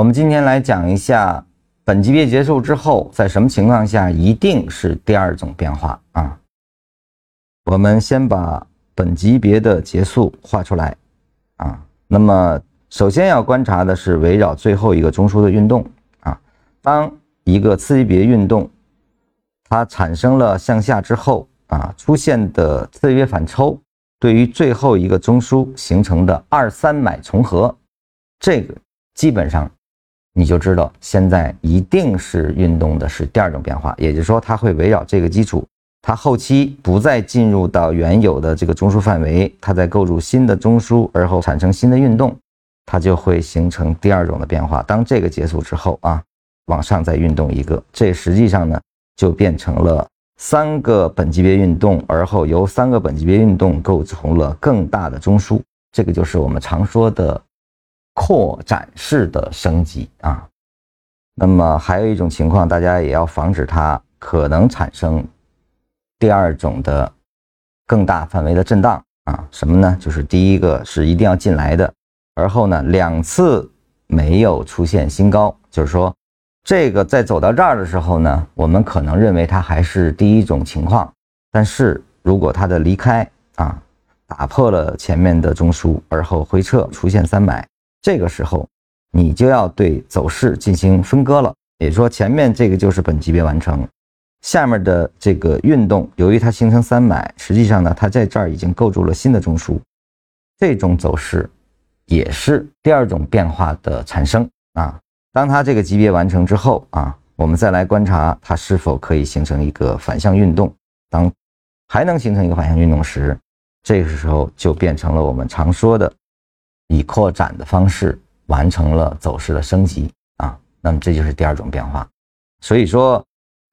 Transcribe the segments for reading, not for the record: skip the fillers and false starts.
我们今天来讲一下本级别结束之后，在什么情况下一定是第二种变化啊？我们先把本级别的结束画出来啊。那么首先要观察的是围绕最后一个中枢的运动啊。当一个次级别运动它产生了向下之后啊，出现的次级别反抽对于最后一个中枢形成的2、3买重合，这个基本上你就知道现在一定是运动的是第二种变化，也就是说它会围绕这个基础，它后期不再进入到原有的这个中枢范围，它再构筑新的中枢，而后产生新的运动，它就会形成第二种的变化。当这个结束之后啊，往上再运动一个，这实际上呢就变成了3个本级别运动，而后由3个本级别运动构成了更大的中枢，这个就是我们常说的扩展式的升级啊。那么还有一种情况，大家也要防止它可能产生第二种的更大范围的震荡啊。什么呢？就是第一个是一定要进来的，而后呢2次没有出现新高，就是说这个在走到这儿的时候呢，我们可能认为它还是第一种情况，但是如果它的离开啊打破了前面的中枢，而后回撤出现3买，这个时候你就要对走势进行分割了。也就是说前面这个就是本级别完成，下面的这个运动由于它形成3买，实际上呢它在这儿已经构筑了新的中枢，这种走势也是第二种变化的产生啊。当它这个级别完成之后啊，我们再来观察它是否可以形成一个反向运动。当还能形成一个反向运动时，这个时候就变成了我们常说的以扩展的方式完成了走势的升级啊。那么这就是第二种变化。所以说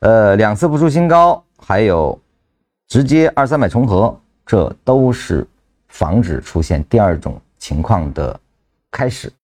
2次不出新高，还有直接2、3买重合，这都是防止出现第二种情况的开始。